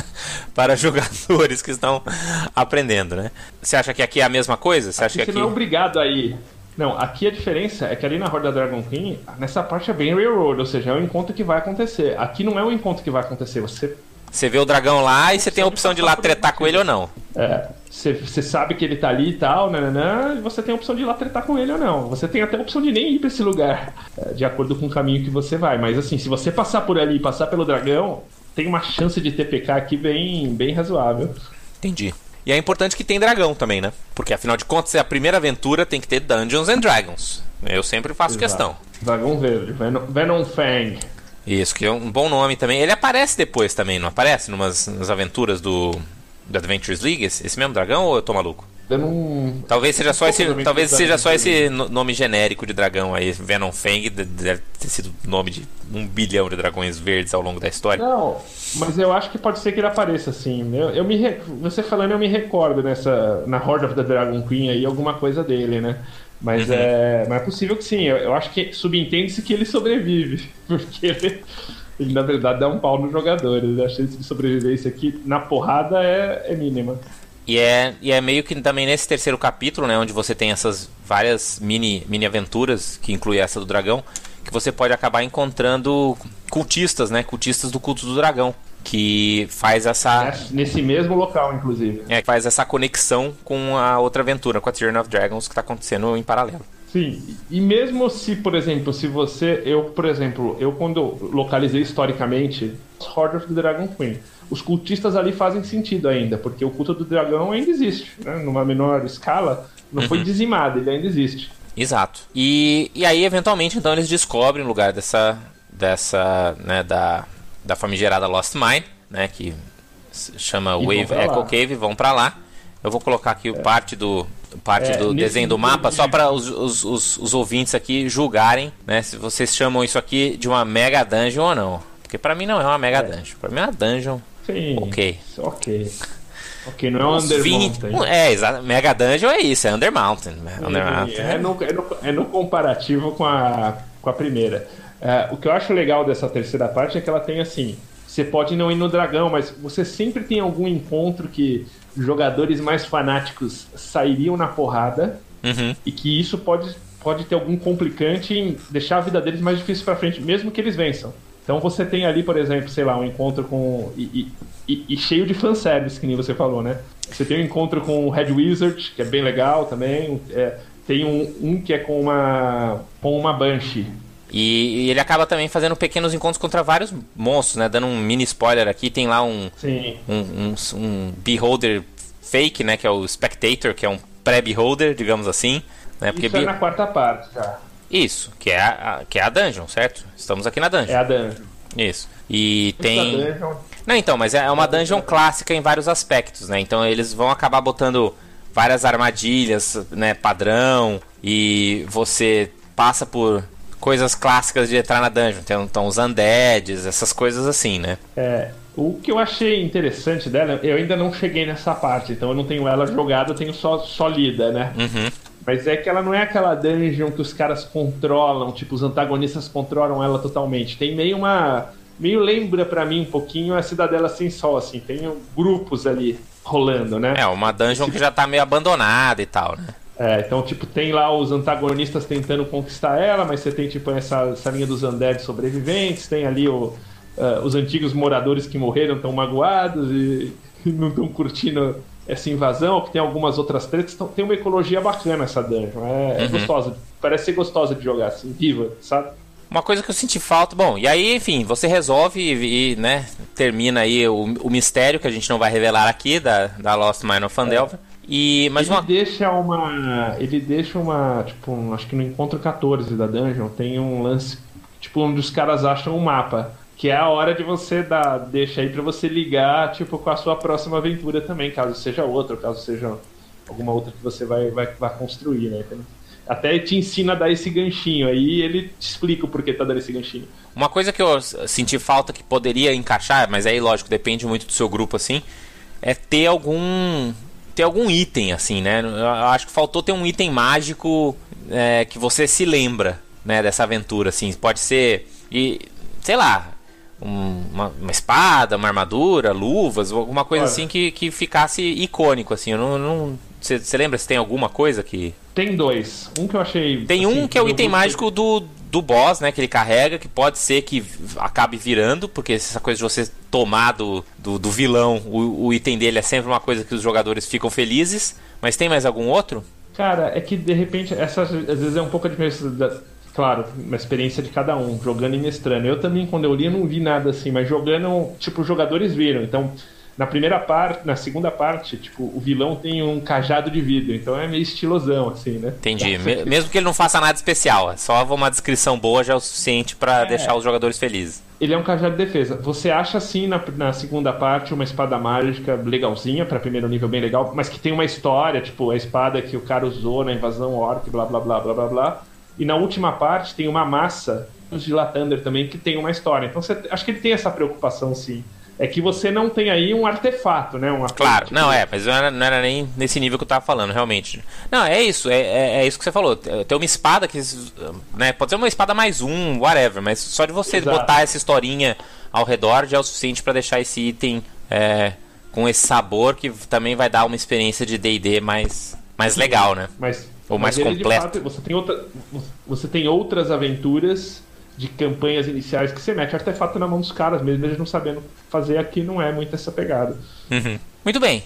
para jogadores que estão aprendendo, né? Você acha que aqui é a mesma coisa? Você acha aqui que aqui... não é obrigado aí. Não, aqui a diferença é que ali na Horde da Dragon Queen, nessa parte é bem railroad, ou seja, é um encontro que vai acontecer. Aqui não é um encontro que vai acontecer, você... Você vê o dragão lá e você tem a opção de ir lá tretar com ele ou não. É, você, você sabe que ele tá ali e tal, nananã, e você tem a opção de ir lá tretar com ele ou não. Você tem até a opção de nem ir pra esse lugar, é, de acordo com o caminho que você vai. Mas assim, se você passar por ali e passar pelo dragão, tem uma chance de T P K aqui bem, bem razoável. Entendi. E é importante que tem dragão também, né? Porque afinal de contas, é a primeira aventura, tem que ter Dungeons and Dragons. Eu sempre faço Exato. questão. Dragão verde, Venom, Venom Fang. Isso, que é um bom nome também. Ele aparece depois também, não aparece? Numas, nas aventuras do, do Adventures League? Esse, esse mesmo dragão ou eu tô maluco? Eu não... Talvez seja só esse, talvez seja só esse nome genérico de dragão aí. Venom Fang deve ter sido nome de um bilhão de dragões verdes ao longo da história. Não, mas eu acho que pode ser que ele apareça assim. Eu, eu me re... Você falando, eu me recordo nessa, na Horde of the Dragon Queen aí, alguma coisa dele, né? Mas, uhum. é, mas é possível que sim. Eu, eu acho que subentende-se que ele sobrevive. Porque ele, ele, na verdade, dá um pau nos jogadores. A chance de sobrevivência aqui na porrada é, é mínima. E é, e é meio que também nesse terceiro capítulo, né, onde você tem essas várias mini, mini aventuras, que inclui essa do dragão, que você pode acabar encontrando cultistas, né? Cultistas do culto do dragão. Que faz essa... Nesse mesmo local, inclusive. É, que faz essa conexão com a outra aventura, com a Tyranny of Dragons, que está acontecendo em paralelo. Sim, e mesmo se, por exemplo, se você... Eu, por exemplo, eu quando localizei historicamente Horde of the Dragon Queen, os cultistas ali fazem sentido ainda, porque o culto do dragão ainda existe, né? Numa menor escala, não uhum. foi dizimado, ele ainda existe. Exato. E, e aí, eventualmente, então, eles descobrem o lugar dessa... dessa né, da... da famigerada Lost Mine, né, que se chama e Wave Echo Cave, vão pra lá. Eu vou colocar aqui é. parte do, parte é, do desenho do mapa, só para os, os, os, os ouvintes aqui julgarem, né, se vocês chamam isso aqui de uma Mega Dungeon ou não. Porque pra mim não é uma Mega é. Dungeon. Pra mim é uma Dungeon. Sim, ok. Ok. Ok, não é um Under vinte, Mountain. É, exato. Mega Dungeon é isso, é Under Mountain. Sim, Under Mountain. É, no, é, no, é no comparativo com a, com a primeira. Uh, o que eu acho legal dessa terceira parte é que ela tem assim, você pode não ir no dragão, mas você sempre tem algum encontro que jogadores mais fanáticos sairiam na porrada, uhum. e que isso pode, pode ter algum complicante em deixar a vida deles mais difícil pra frente, mesmo que eles vençam. Então você tem ali, por exemplo, sei lá, um encontro com... E, e, e cheio de fanservice, que nem você falou, né? Você tem um encontro com o Red Wizard, que é bem legal também. É, tem um, um que é com uma, com uma Banshee. E, e ele acaba também fazendo pequenos encontros contra vários monstros, né? Dando um mini spoiler aqui, tem lá um, um, um, um Beholder fake, né? Que é o Spectator, que é um pré-Beholder, digamos assim. Né? Porque Isso é na quarta parte já. Isso, que é, a, que é a Dungeon, certo? Estamos aqui na Dungeon. É a Dungeon. Isso. E tem... Não, então, mas é uma Dungeon clássica em vários aspectos, né? Então eles vão acabar botando várias armadilhas, né? Padrão. E você passa por coisas clássicas de entrar na Dungeon. Tem então, os undeads, essas coisas assim, né? É... O que eu achei interessante dela, eu ainda não cheguei nessa parte, então eu não tenho ela jogada, eu tenho só, só lida, né? Uhum. Mas é que ela não é aquela dungeon que os caras controlam, tipo, os antagonistas controlam ela totalmente. Tem meio uma... Meio lembra pra mim um pouquinho a Cidadela Sem Sol, assim. Tem grupos ali rolando, né? É, uma dungeon tipo... que já tá meio abandonada e tal, né? É, então, tipo, tem lá os antagonistas tentando conquistar ela, mas você tem, tipo, essa, essa linha dos undead sobreviventes, tem ali o, uh, os antigos moradores que morreram, estão magoados e, e não estão curtindo essa invasão, que tem algumas outras tretas, então tem uma ecologia bacana essa dungeon, é, uhum. é gostosa, parece ser gostosa de jogar, assim, viva, sabe? Uma coisa que eu senti falta, bom, e aí, enfim, você resolve e, e né, termina aí o, o mistério que a gente não vai revelar aqui da, da Lost Mine of Phandelver. É. E, mas ele uma... deixa uma. Ele deixa uma. Tipo, um, acho que no encontro catorze da Dungeon tem um lance. Tipo, onde os caras acham um mapa. Que é a hora de você dar. Deixa aí pra você ligar, tipo, com a sua próxima aventura também, caso seja outra, caso seja alguma outra que você vai, vai, vai construir, né? Então, até te ensina a dar esse ganchinho. Aí ele te explica o porquê tá dando esse ganchinho. Uma coisa que eu senti falta que poderia encaixar, mas aí, lógico, depende muito do seu grupo, assim, é ter algum. ter algum item, assim, né? Eu acho que faltou ter um item mágico é, que você se lembra, né, dessa aventura, assim. Pode ser, e, sei lá, um, uma, uma espada, uma armadura, luvas, alguma coisa Olha. assim que, que ficasse icônico, assim. Eu não... não você, você lembra se tem alguma coisa que... Tem dois. Um que eu achei... Tem assim, um que é o item mágico do, do boss, né? Que ele carrega, que pode ser que acabe virando, porque essa coisa de você tomar do, do, do vilão, o, o item dele é sempre uma coisa que os jogadores ficam felizes. Mas tem mais algum outro? Cara, é que de repente, essa às vezes é um pouco a diferença da... Claro, uma experiência de cada um, jogando e mestrando. Eu também, quando eu li, eu não vi nada assim, mas jogando, tipo, os jogadores viram. Então... Na primeira parte, na segunda parte, tipo, o vilão tem um cajado de vidro, então é meio estilosão, assim, né? Entendi. Mesmo que ele não faça nada especial, só uma descrição boa já é o suficiente pra é. deixar os jogadores felizes. Ele é um cajado de defesa. Você acha, assim, na, na segunda parte, uma espada mágica legalzinha, pra primeiro nível bem legal, mas que tem uma história, tipo, a espada que o cara usou na invasão orc, blá, blá, blá, blá, blá, blá. E na última parte tem uma massa de Lathander também que tem uma história. Então, você, acho que ele tem essa preocupação, sim. É que você não tem aí um artefato, né? Um artefato, claro, tipo... não é, mas não era, não era nem nesse nível que eu tava falando, realmente. Não, é isso, é, é, é isso que você falou. Tem uma espada que, né, pode ser uma espada mais um, whatever, mas só de você Exato. botar essa historinha ao redor já é o suficiente para deixar esse item é, com esse sabor que também vai dar uma experiência de D e D mais, mais legal, né? Mas, Ou mas mais completo. Fato, você, tem outra, você tem outras aventuras de campanhas iniciais que você mete artefato na mão dos caras, mesmo eles não sabendo fazer. Aqui não é muito essa pegada. Uhum. Muito bem.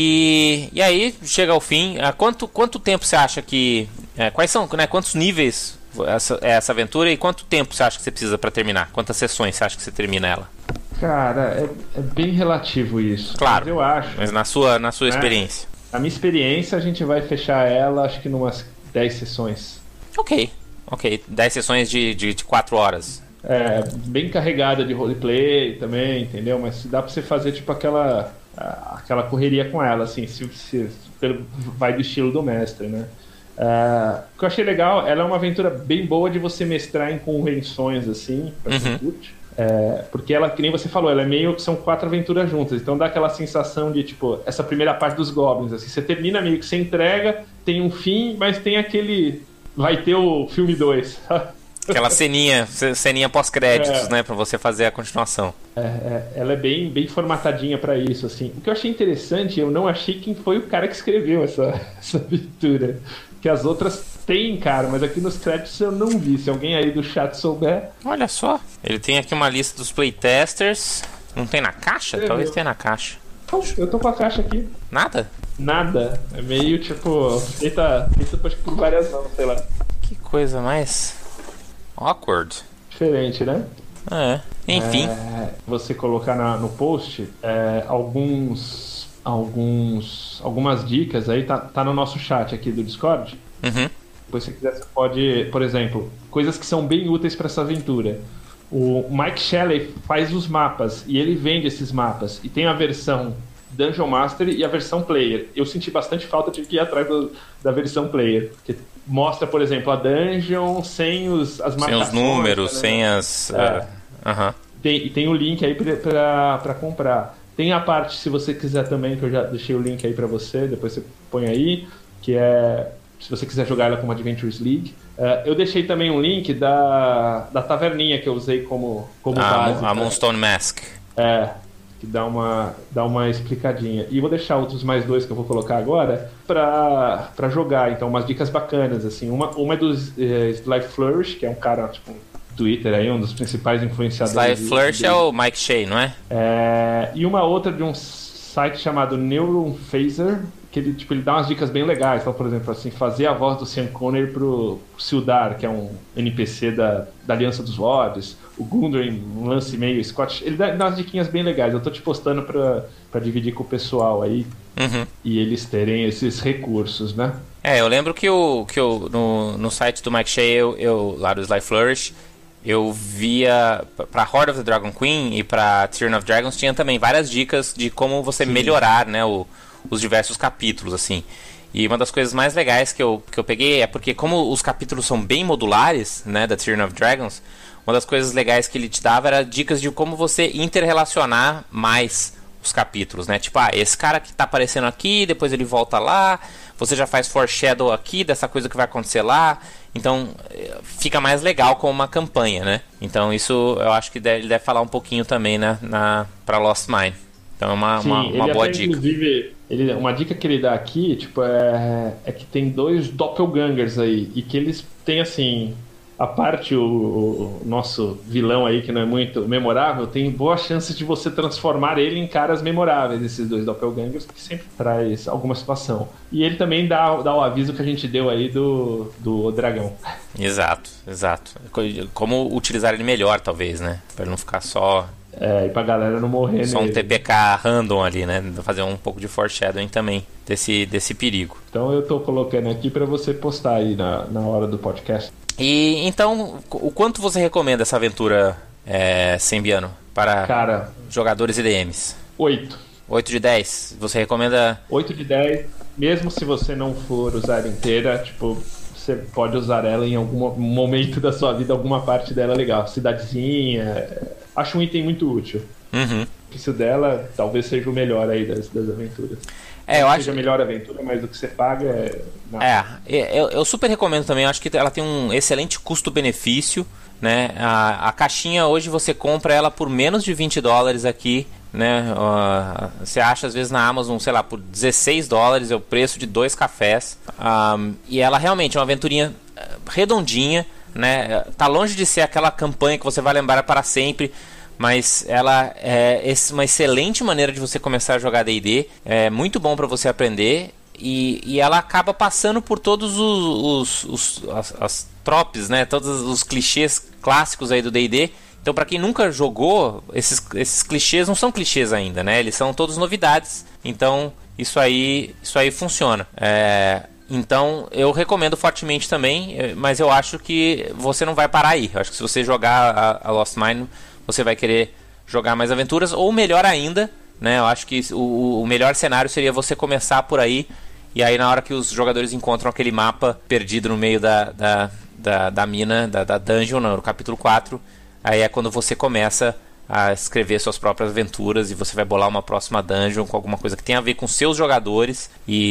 E, e aí, chega ao fim. Há quanto, quanto tempo você acha que... É, quais são, né, quantos níveis essa, é essa aventura e quanto tempo você acha que você precisa para terminar? Quantas sessões você acha que você termina ela? Cara, é, é bem relativo isso. Claro, mas eu acho. Mas na sua, na sua né? experiência. Na minha experiência, a gente vai fechar ela, acho que em umas dez sessões. Ok. Ok, dez sessões de, de, de quatro horas. É, bem carregada de roleplay também, entendeu? Mas dá pra você fazer tipo aquela, aquela correria com ela, assim, se, se, se vai do estilo do mestre, né? Uh, o que eu achei legal, ela é uma aventura bem boa de você mestrar em convenções, assim, pra quem curte. É, porque ela, que nem você falou, ela é meio que são quatro aventuras juntas, então dá aquela sensação de, tipo, essa primeira parte dos Goblins, assim, você termina meio que você entrega, tem um fim, mas tem aquele... Vai ter o filme dois. Aquela ceninha, ceninha pós-créditos, é. né? Pra você fazer a continuação. É, é, ela é bem, bem formatadinha pra isso, assim. O que eu achei interessante, eu não achei quem foi o cara que escreveu essa, essa aventura. Que as outras tem, cara, mas aqui nos créditos eu não vi. Se alguém aí do chat souber... Olha só, ele tem aqui uma lista dos playtesters. Não tem na caixa? É, Talvez meu. tenha na caixa. Eu tô com a caixa aqui. Nada? Nada. É meio, tipo... Feita, feita por várias mãos, sei lá. Que coisa mais... awkward. Diferente, né? É, enfim. É, você colocar na, no post é, alguns, alguns, algumas dicas aí, tá, tá no nosso chat aqui do Discord. Uhum. Depois, se quiser, você pode, por exemplo, coisas que são bem úteis para essa aventura. O Mike Shelley faz os mapas e ele vende esses mapas. E tem a versão Dungeon Master e a versão Player. Eu senti bastante falta de ir atrás do, da versão Player. Porque mostra, por exemplo, a dungeon sem os, as marcações. Sem os números, né? sem as... É. Uh, uh-huh. Tem, e tem o link aí para comprar. Tem a parte, se você quiser também, que eu já deixei o link aí para você, depois você põe aí, que é... se você quiser jogar ela como Adventures League. Uh, eu deixei também um link da, da taverninha que eu usei como, como a, base. A Moonstone Mask. É, que dá uma, dá uma explicadinha. E vou deixar outros mais dois que eu vou colocar agora pra, pra jogar. Então, umas dicas bacanas, assim. Uma, uma é do eh, Sly Flourish, que é um cara, tipo, Twitter aí, um dos principais influenciadores. Sly Flourish é o Mike Shea, não é? É, e uma outra de um site chamado Neuron Phaser, que ele, tipo, ele dá umas dicas bem legais. Então, por exemplo, assim, fazer a voz do Sean Connery pro Sildar, que é um N P C da, da Aliança dos Lords. O Gundren, um lance meio Scott. Ele dá, dá umas diquinhas bem legais. Eu tô te postando pra, pra dividir com o pessoal aí. Uhum. E eles terem esses recursos, né? É, eu lembro que, o, que o, no, no site do Mike Shea, eu, eu, lá do Sly Flourish, eu via pra Horde of the Dragon Queen e pra Tyrion of Dragons tinha também várias dicas de como você Sim. melhorar, né, o, os diversos capítulos, assim. E uma das coisas mais legais que eu, que eu peguei é porque como os capítulos são bem modulares, né, da Tyrion of Dragons, uma das coisas legais que ele te dava era dicas de como você interrelacionar mais os capítulos, né? Tipo, ah, esse cara que tá aparecendo aqui, depois ele volta lá, você já faz foreshadow aqui dessa coisa que vai acontecer lá, então fica mais legal com uma campanha, né? Então isso eu acho que deve, ele deve falar um pouquinho também, né, na, pra Lost Mine. Então é uma, Sim, uma, uma boa até, dica. Inclusive, ele, uma dica que ele dá aqui, tipo, é, é que tem dois doppelgangers aí, e que eles têm, assim, a parte, o, o nosso vilão aí, que não é muito memorável, tem boa chance de você transformar ele em caras memoráveis, esses dois doppelgangers, que sempre traz alguma situação. E ele também dá, dá o aviso que a gente deu aí do, do dragão. Exato, exato. Como utilizar ele melhor, talvez, né? Pra ele não ficar só... É, e pra galera não morrer, Só nele. um T P K random ali, né? Fazer um pouco de foreshadowing também desse, desse perigo. Então eu tô colocando aqui pra você postar aí na, na hora do podcast. E então, o quanto você recomenda essa aventura é, Sembiano para Cara, jogadores e D Ms? oito. oito de dez? Você recomenda... oito de dez, mesmo se você não for usar ela inteira, tipo... Você pode usar ela em algum momento da sua vida, alguma parte dela legal. Cidadezinha. Acho um item muito útil. Uhum. Isso dela talvez seja o melhor aí das, das aventuras. É, eu não acho... seja a melhor aventura, mas o que você paga é... Nada. É, eu, eu super recomendo também. Eu acho que ela tem um excelente custo-benefício, né? A, a caixinha hoje você compra ela por menos de vinte dólares aqui, né? Uh, você acha às vezes na Amazon, sei lá, por dezesseis dólares é o preço de dois cafés. Um, e ela realmente é uma aventurinha redondinha, né? Tá longe de ser aquela campanha que você vai lembrar para sempre, mas ela é uma excelente maneira de você começar a jogar D e D. É muito bom para você aprender. E, e ela acaba passando por todos os, os, os as, as tropes, né? Todos os clichês clássicos aí do D e D. Então, para quem nunca jogou, esses, esses clichês não são clichês ainda, né? Eles são todos novidades. Então, isso aí, isso aí funciona. É, então, eu recomendo fortemente também, mas eu acho que você não vai parar aí. Eu acho que se você jogar a, a Lost Mine, você vai querer jogar mais aventuras. Ou melhor ainda, né? Eu acho que o, o melhor cenário seria você começar por aí. E aí, na hora que os jogadores encontram aquele mapa perdido no meio da, da, da, da mina, da, da dungeon, no capítulo quatro... Aí é quando você começa a escrever suas próprias aventuras e você vai bolar uma próxima dungeon com alguma coisa que tem a ver com seus jogadores e,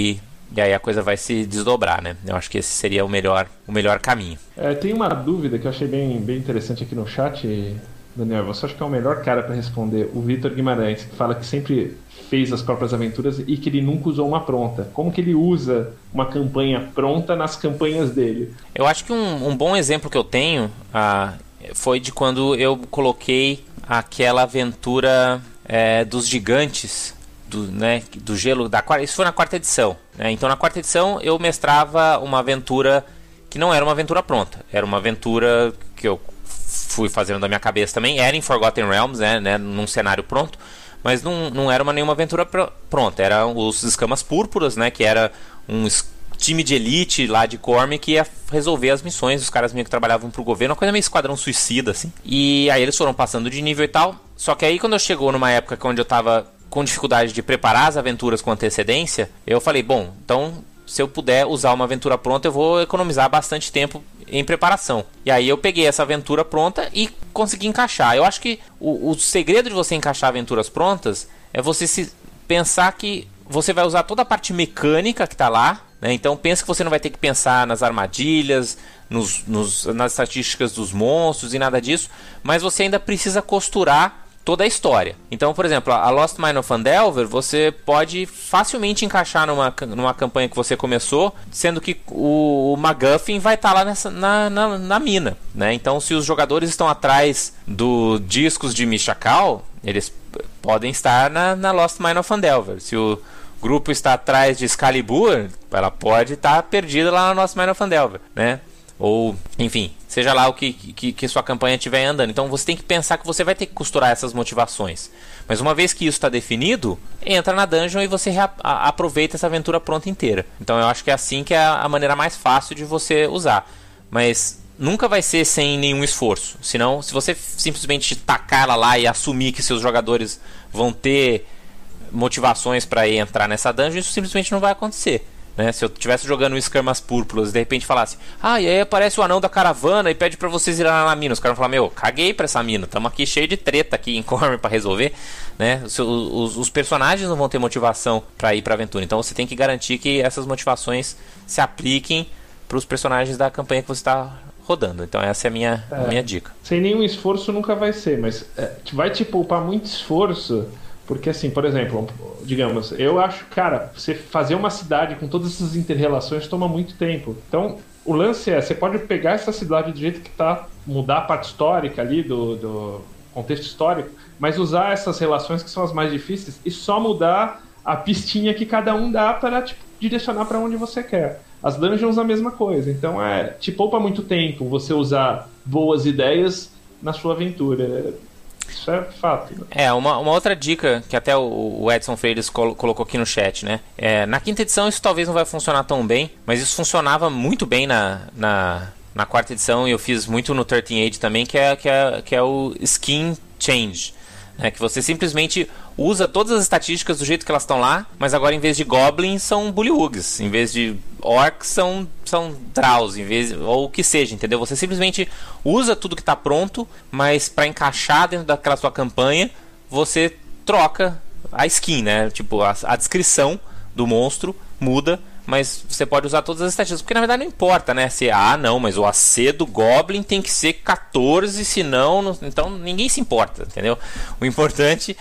e aí a coisa vai se desdobrar, né? Eu acho que esse seria o melhor, o melhor caminho. É, tem uma dúvida que eu achei bem, bem interessante aqui no chat, Daniel. Você acha que é o melhor cara para responder? O Vitor Guimarães, que fala que sempre fez as próprias aventuras e que ele nunca usou uma pronta. Como que ele usa uma campanha pronta nas campanhas dele? Eu acho que um, um bom exemplo que eu tenho ah, foi de quando eu coloquei aquela aventura é, dos gigantes do, né, do gelo da quarta. Isso foi na quarta edição, né? Então na quarta edição eu mestrava uma aventura que não era uma aventura pronta, era uma aventura que eu fui fazendo da minha cabeça também. Era em Forgotten Realms, né, né, num cenário pronto, mas não, não era uma, nenhuma aventura pr- pronta. Eram os Escamas Púrpuras, né, que era um time de elite lá de Corme que ia resolver as missões. Os caras meio que trabalhavam pro governo, uma coisa meio esquadrão suicida, assim. E aí eles foram passando de nível e tal. Só que aí quando eu chegou numa época onde eu tava com dificuldade de preparar as aventuras com antecedência, eu falei, bom, então se eu puder usar uma aventura pronta, eu vou economizar bastante tempo em preparação. E aí eu peguei essa aventura pronta e consegui encaixar. Eu acho que o, o segredo de você encaixar aventuras prontas é você se pensar que você vai usar toda a parte mecânica que está lá, né? Então pensa que você não vai ter que pensar nas armadilhas, nos, nos, nas estatísticas dos monstros e nada disso, mas você ainda precisa costurar toda a história. Então, por exemplo, a Lost Mine of Phandelver você pode facilmente encaixar numa, numa campanha que você começou, sendo que o, o MacGuffin vai estar tá lá nessa, na, na, na mina, né? Então, se os jogadores estão atrás do discos de Mishakal, eles podem estar na, na Lost Mine of Phandelver. Se o grupo está atrás de Excalibur, ela pode estar perdida lá na Lost Mine of Phandelver, né? Ou, enfim, seja lá o que, que, que sua campanha estiver andando. Então você tem que pensar que você vai ter que costurar essas motivações. Mas uma vez que isso está definido, entra na dungeon e você rea- a- aproveita essa aventura pronta inteira. Então eu acho que é assim que é a maneira mais fácil de você usar. Mas nunca vai ser sem nenhum esforço. Senão, se você simplesmente tacar ela lá e assumir que seus jogadores vão ter motivações para entrar nessa dungeon, isso simplesmente não vai acontecer. Né? Se eu estivesse jogando Escamas Púrpuras e de repente falasse, ah, e aí aparece o anão da caravana e pede pra vocês irem lá na mina, os caras vão falar, meu, caguei pra essa mina, estamos aqui cheio de treta aqui em Corme pra resolver, né? Os, os, os personagens não vão ter motivação pra ir pra aventura, então você tem que garantir que essas motivações se apliquem pros personagens da campanha que você está rodando. Então essa é a minha, é, a minha dica. Sem nenhum esforço nunca vai ser, mas é, vai te poupar muito esforço. Porque assim, por exemplo, digamos, eu acho, cara, você fazer uma cidade com todas essas inter-relações toma muito tempo. Então, o lance é, você pode pegar essa cidade do jeito que tá, mudar a parte histórica ali, do, do contexto histórico, mas usar essas relações que são as mais difíceis e só mudar a pistinha que cada um dá para tipo, direcionar para onde você quer. As dungeons a mesma coisa. Então, é, te poupa muito tempo você usar boas ideias na sua aventura. Isso é fato. Né? É, uma, uma outra dica que até o, o Edson Freires col- colocou aqui no chat, né? É, na quinta edição isso talvez não vai funcionar tão bem, mas isso funcionava muito bem na, na, na quarta edição e eu fiz muito no thirteen Age também, que é, que é, que é o Skin Change. Né? Que você simplesmente usa todas as estatísticas do jeito que elas estão lá, mas agora em vez de goblins são bullywugs, em vez de orcs são, são drows, em vez, ou o que seja, entendeu? Você simplesmente usa tudo que está pronto, mas para encaixar dentro daquela sua campanha, você troca a skin, né? Tipo, a, a descrição do monstro muda, mas você pode usar todas as estatísticas, porque na verdade não importa, né? Se, ah, não, mas o A C do Goblin tem que ser catorze, senão... Não, então ninguém se importa, entendeu? O importante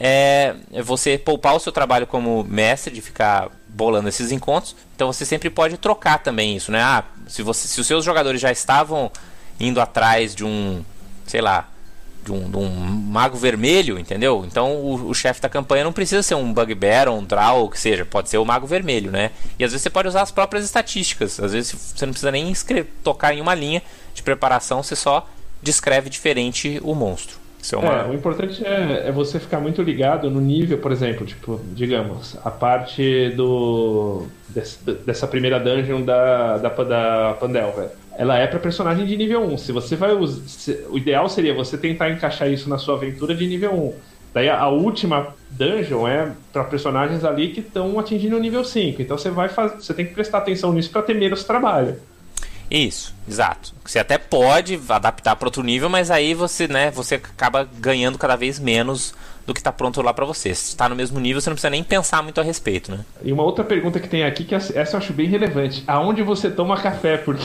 é você poupar o seu trabalho como mestre, de ficar bolando esses encontros. Então você sempre pode trocar também isso, né? Ah, se, você, se os seus jogadores já estavam indo atrás de um, sei lá, de um, de um mago vermelho, entendeu? Então o, o chefe da campanha não precisa ser um bugbear ou um drow, ou o que seja, pode ser o mago vermelho, né? E às vezes você pode usar as próprias estatísticas, às vezes você não precisa nem escrever, tocar em uma linha de preparação, você só descreve diferente o monstro. Isso é, uma... é, o importante é, é você ficar muito ligado no nível, por exemplo, tipo, digamos, a parte do desse, dessa primeira dungeon da, da, da Phandelver. Ela é para personagem de nível um. Se você vai usar, se, o ideal seria você tentar encaixar isso na sua aventura de nível um. Daí a, a última dungeon é para personagens ali que estão atingindo o nível cinco. Então você vai faz, você tem que prestar atenção nisso para ter menos trabalho. Isso, exato. Você até pode adaptar para outro nível, mas aí você, né, você acaba ganhando cada vez menos do que está pronto lá para você. Se está no mesmo nível, você não precisa nem pensar muito a respeito, né? E uma outra pergunta que tem aqui, que essa eu acho bem relevante. Aonde você toma café? Porque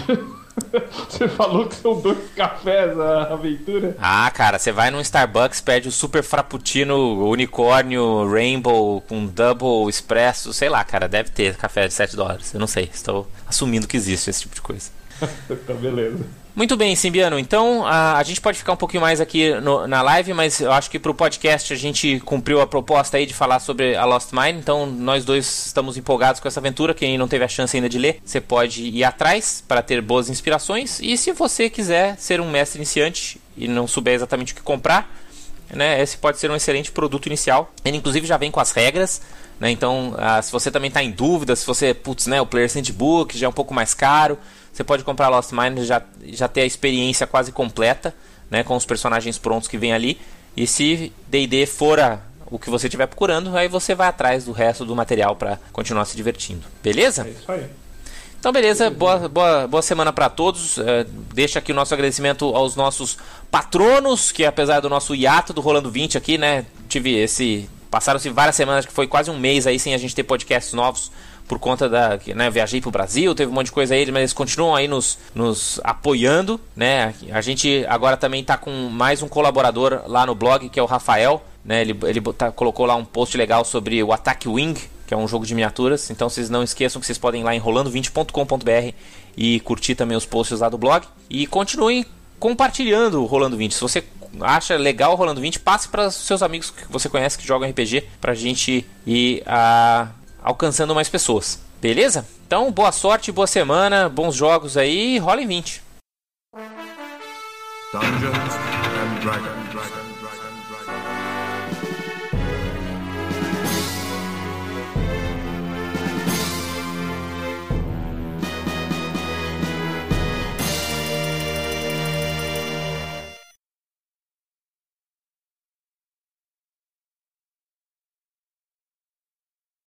você falou que são dois cafés a aventura. Ah, cara, você vai num Starbucks, pede o Super Frappuccino, Unicórnio, Rainbow, com Double Espresso, sei lá, cara, deve ter café de sete dólares. Eu não sei, estou assumindo que existe esse tipo de coisa. Então, beleza. Muito bem, Symbiano. Então, a, a gente pode ficar um pouquinho mais aqui no, na live, mas eu acho que pro podcast a gente cumpriu a proposta aí de falar sobre a Lost Mine. Então, nós dois estamos empolgados com essa aventura. Quem não teve a chance ainda de ler, você pode ir atrás para ter boas inspirações. E se você quiser ser um mestre iniciante e não souber exatamente o que comprar, né, esse pode ser um excelente produto inicial. Ele, inclusive, já vem com as regras. Né, então, ah, se você também está em dúvida, se você, putz, né, o Player's Handbook já é um pouco mais caro, você pode comprar Lost Mine e já, já ter a experiência quase completa, né, com os personagens prontos que vem ali. E se D e D for a, o que você estiver procurando, aí você vai atrás do resto do material para continuar se divertindo. Beleza? É isso aí. Então, beleza. Boa, boa, boa semana para todos. É, deixa aqui o nosso agradecimento aos nossos patronos, que apesar do nosso hiato do Rolando vinte aqui, né, tive esse... Passaram-se várias semanas, que foi quase um mês aí sem a gente ter podcasts novos por conta da... Né, viajei pro Brasil, teve um monte de coisa aí, mas eles continuam aí nos, nos apoiando, né? A gente agora também tá com mais um colaborador lá no blog, que é o Rafael, né? Ele, ele tá, colocou lá um post legal sobre o Attack Wing, que é um jogo de miniaturas. Então vocês não esqueçam que vocês podem ir lá em rolando vinte ponto com ponto b r e curtir também os posts lá do blog. E continuem compartilhando o Rolando vinte. Se você acha legal o Rolando vinte, passe para os seus amigos que você conhece que jogam R P G, pra gente ir a, alcançando mais pessoas. Beleza? Então, boa sorte, boa semana, bons jogos aí, rolem vinte. Dungeons and Dragons.